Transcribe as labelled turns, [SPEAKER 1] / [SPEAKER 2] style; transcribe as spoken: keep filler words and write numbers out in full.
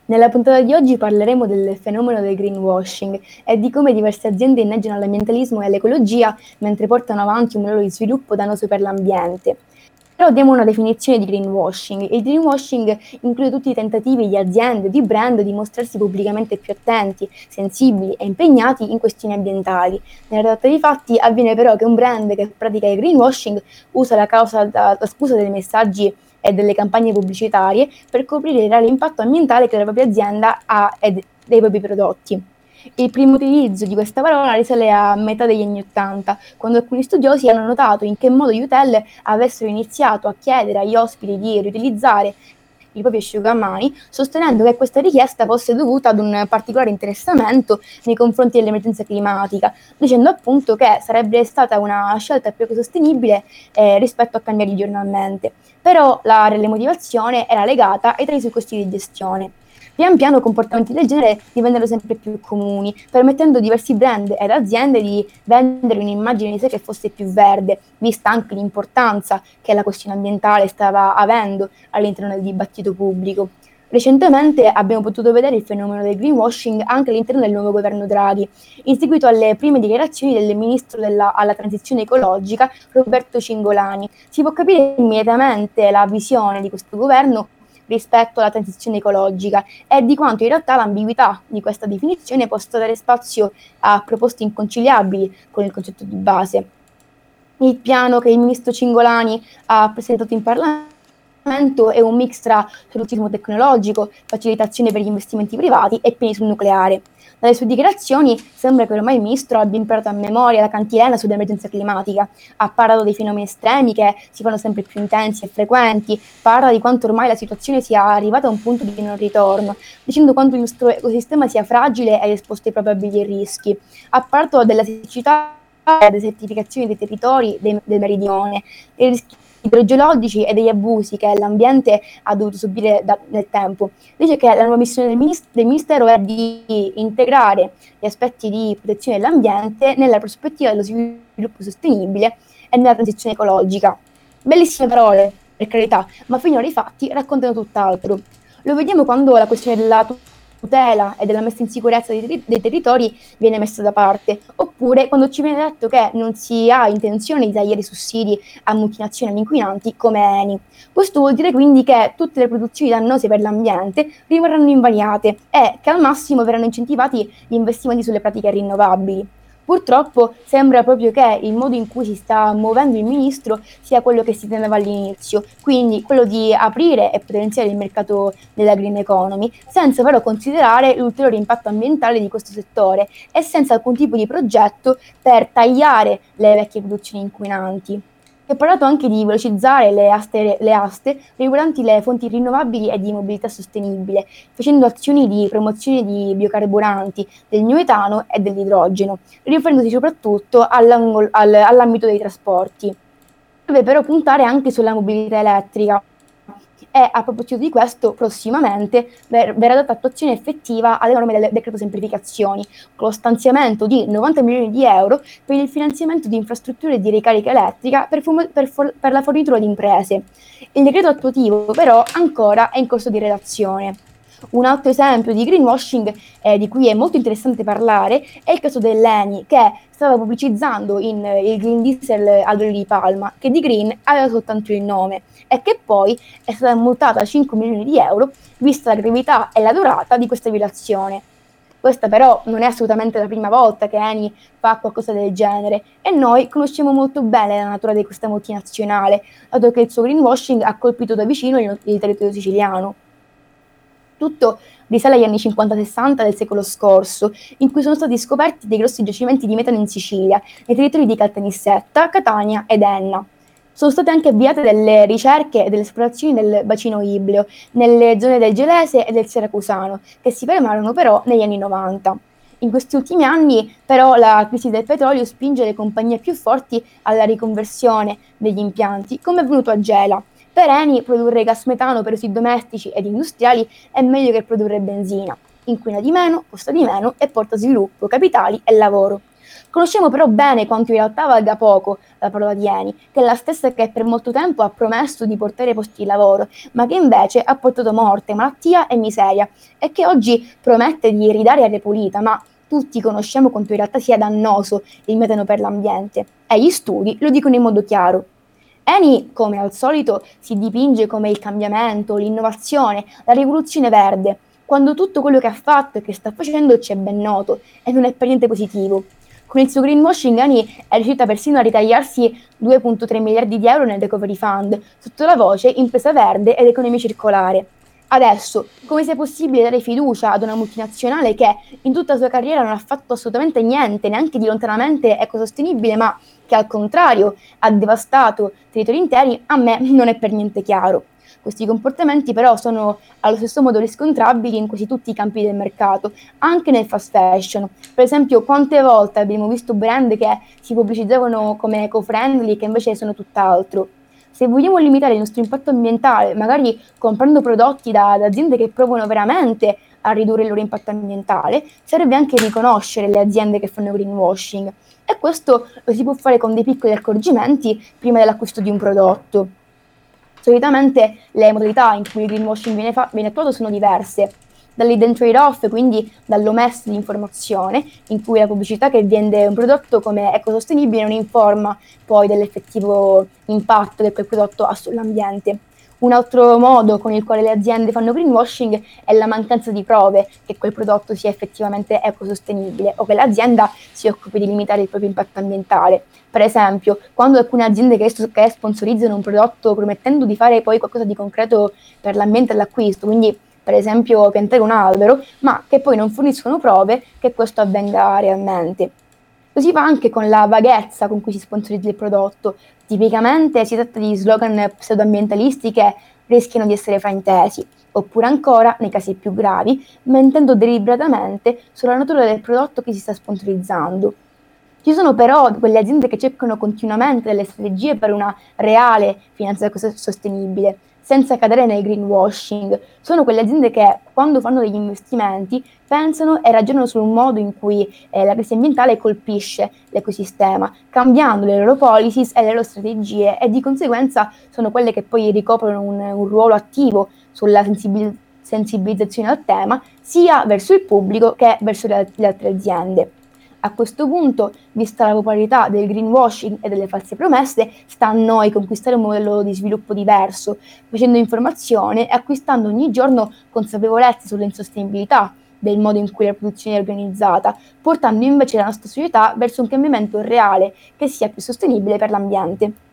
[SPEAKER 1] Nella puntata di oggi parleremo del fenomeno del greenwashing e di come diverse aziende inneggiano all'ambientalismo e all'ecologia mentre portano avanti un modello di sviluppo dannoso per l'ambiente. Però diamo una definizione di greenwashing. Il greenwashing include tutti i tentativi di aziende o di brand di mostrarsi pubblicamente più attenti, sensibili e impegnati in questioni ambientali. Nella realtà dei fatti avviene però che un brand che pratica il greenwashing usa la, causa, la, la scusa dei messaggi e delle campagne pubblicitarie per coprire il reale impatto ambientale che la propria azienda ha e dei propri prodotti. Il primo utilizzo di questa parola risale a metà degli anni Ottanta, quando alcuni studiosi hanno notato in che modo gli hotel avessero iniziato a chiedere agli ospiti di riutilizzare i propri asciugamani, sostenendo che questa richiesta fosse dovuta ad un particolare interessamento nei confronti dell'emergenza climatica, dicendo appunto che sarebbe stata una scelta più sostenibile eh, rispetto a cambiarli giornalmente. Però la reale motivazione era legata ai tali costi di gestione. Pian piano comportamenti del genere divennero sempre più comuni, permettendo a diversi brand ed aziende di vendere un'immagine di sé che fosse più verde, vista anche l'importanza che la questione ambientale stava avendo all'interno del dibattito pubblico. Recentemente abbiamo potuto vedere il fenomeno del greenwashing anche all'interno del nuovo governo Draghi, in seguito alle prime dichiarazioni del ministro della, alla transizione ecologica Roberto Cingolani. Si può capire immediatamente la visione di questo governo rispetto alla transizione ecologica e di quanto in realtà l'ambiguità di questa definizione possa dare spazio a proposte inconciliabili con il concetto di base. Il piano che il ministro Cingolani ha presentato in Parlamento è un mix tra solutismo tecnologico, facilitazione per gli investimenti privati e piani sul nucleare. Dalle sue dichiarazioni sembra che ormai il ministro abbia imparato a memoria la cantilena sull'emergenza climatica, ha parlato dei fenomeni estremi che si fanno sempre più intensi e frequenti, parla di quanto ormai la situazione sia arrivata a un punto di non ritorno, dicendo quanto il nostro ecosistema sia fragile ed esposto ai probabili rischi. Ha parlato della siccità e desertificazione dei territori del, del meridione, dei rischi idrogeologici e degli abusi che l'ambiente ha dovuto subire da, nel tempo. Dice che la nuova missione del, minist- del Ministero è di integrare gli aspetti di protezione dell'ambiente nella prospettiva dello sviluppo sostenibile e nella transizione ecologica. Bellissime parole, per carità, ma finora i fatti raccontano tutt'altro. Lo vediamo quando la questione della tutela e della messa in sicurezza dei, ter- dei territori viene messa da parte, oppure quando ci viene detto che non si ha intenzione di tagliare i sussidi a multinazionali inquinanti come Eni. Questo vuol dire quindi che tutte le produzioni dannose per l'ambiente rimarranno invariate e che al massimo verranno incentivati gli investimenti sulle pratiche rinnovabili. Purtroppo sembra proprio che il modo in cui si sta muovendo il ministro sia quello che si temeva all'inizio, quindi quello di aprire e potenziare il mercato della green economy, senza però considerare l'ulteriore impatto ambientale di questo settore e senza alcun tipo di progetto per tagliare le vecchie produzioni inquinanti. Si è parlato anche di velocizzare le aste, le aste riguardanti le fonti rinnovabili e di mobilità sostenibile, facendo azioni di promozione di biocarburanti, del biometano e dell'idrogeno, riferendosi soprattutto all'ambito dei trasporti. Deve però puntare anche sulla mobilità elettrica. E a proposito di questo, prossimamente ver- verrà data attuazione effettiva alle norme del decreto semplificazioni, con lo stanziamento di novanta milioni di euro per il finanziamento di infrastrutture di ricarica elettrica per, fu- per, for- per la fornitura di imprese. Il decreto attuativo però ancora è in corso di redazione. Un altro esempio di greenwashing eh, di cui è molto interessante parlare è il caso dell'Eni, che stava pubblicizzando in, eh, il green diesel ad olio di palma, che di green aveva soltanto il nome e che poi è stata multata a cinque milioni di euro vista la gravità e la durata di questa violazione. Questa però non è assolutamente la prima volta che Eni fa qualcosa del genere e noi conosciamo molto bene la natura di questa multinazionale, dato che il suo greenwashing ha colpito da vicino il, il territorio siciliano. Tutto risale agli anni cinquanta sessanta del secolo scorso, in cui sono stati scoperti dei grossi giacimenti di metano in Sicilia, nei territori di Caltanissetta, Catania ed Enna. Sono state anche avviate delle ricerche e delle esplorazioni nel bacino ibleo, nelle zone del Gelese e del Siracusano, che si fermarono però negli anni novanta. In questi ultimi anni, però, la crisi del petrolio spinge le compagnie più forti alla riconversione degli impianti, come è avvenuto a Gela. Per Eni produrre gas metano per usi domestici ed industriali è meglio che produrre benzina. Inquina di meno, costa di meno e porta sviluppo, capitali e lavoro. Conosciamo però bene quanto in realtà valga poco la parola di Eni, che è la stessa che per molto tempo ha promesso di portare posti di lavoro, ma che invece ha portato morte, malattia e miseria, e che oggi promette di ridare aria pulita, ma tutti conosciamo quanto in realtà sia dannoso il metano per l'ambiente, e gli studi lo dicono in modo chiaro. Eni, come al solito, si dipinge come il cambiamento, l'innovazione, la rivoluzione verde, quando tutto quello che ha fatto e che sta facendo ci è ben noto e non è per niente positivo. Con il suo greenwashing Eni è riuscita persino a ritagliarsi due virgola tre miliardi di euro nel Recovery Fund, sotto la voce impresa verde ed economia circolare. Adesso, come sia possibile dare fiducia ad una multinazionale che in tutta la sua carriera non ha fatto assolutamente niente, neanche di lontanamente ecosostenibile, ma che al contrario ha devastato territori interi, a me non è per niente chiaro. Questi comportamenti però sono allo stesso modo riscontrabili in quasi tutti i campi del mercato, anche nel fast fashion. Per esempio, quante volte abbiamo visto brand che si pubblicizzavano come eco-friendly che invece sono tutt'altro. Se vogliamo limitare il nostro impatto ambientale, magari comprando prodotti da, da aziende che provano veramente a ridurre il loro impatto ambientale, serve anche riconoscere le aziende che fanno greenwashing, e questo lo si può fare con dei piccoli accorgimenti prima dell'acquisto di un prodotto. Solitamente le modalità in cui il greenwashing viene, fa- viene attuato sono diverse, dall'hidden trade-off, quindi dall'omesso di informazione, in cui la pubblicità che vende un prodotto come ecosostenibile non informa poi dell'effettivo impatto che quel prodotto ha sull'ambiente. Un altro modo con il quale le aziende fanno greenwashing è la mancanza di prove che quel prodotto sia effettivamente ecosostenibile o che l'azienda si occupi di limitare il proprio impatto ambientale. Per esempio, quando alcune aziende che, che sponsorizzano un prodotto promettendo di fare poi qualcosa di concreto per l'ambiente all'acquisto, quindi per esempio piantare un albero, ma che poi non forniscono prove che questo avvenga realmente. Lo si fa anche con la vaghezza con cui si sponsorizza il prodotto. Tipicamente si tratta di slogan pseudoambientalisti che rischiano di essere fraintesi, oppure ancora, nei casi più gravi, mentendo deliberatamente sulla natura del prodotto che si sta sponsorizzando. Ci sono però quelle aziende che cercano continuamente delle strategie per una reale finanza sostenibile, senza cadere nel greenwashing. Sono quelle aziende che, quando fanno degli investimenti, pensano e ragionano sul modo in cui eh, la crisi ambientale colpisce l'ecosistema, cambiando le loro policies e le loro strategie, e di conseguenza sono quelle che poi ricoprono un, un ruolo attivo sulla sensibil- sensibilizzazione al tema, sia verso il pubblico che verso le, le altre aziende. A questo punto, vista la popolarità del greenwashing e delle false promesse, sta a noi conquistare un modello di sviluppo diverso, facendo informazione e acquistando ogni giorno consapevolezza sull'insostenibilità del modo in cui la produzione è organizzata, portando invece la nostra società verso un cambiamento reale che sia più sostenibile per l'ambiente.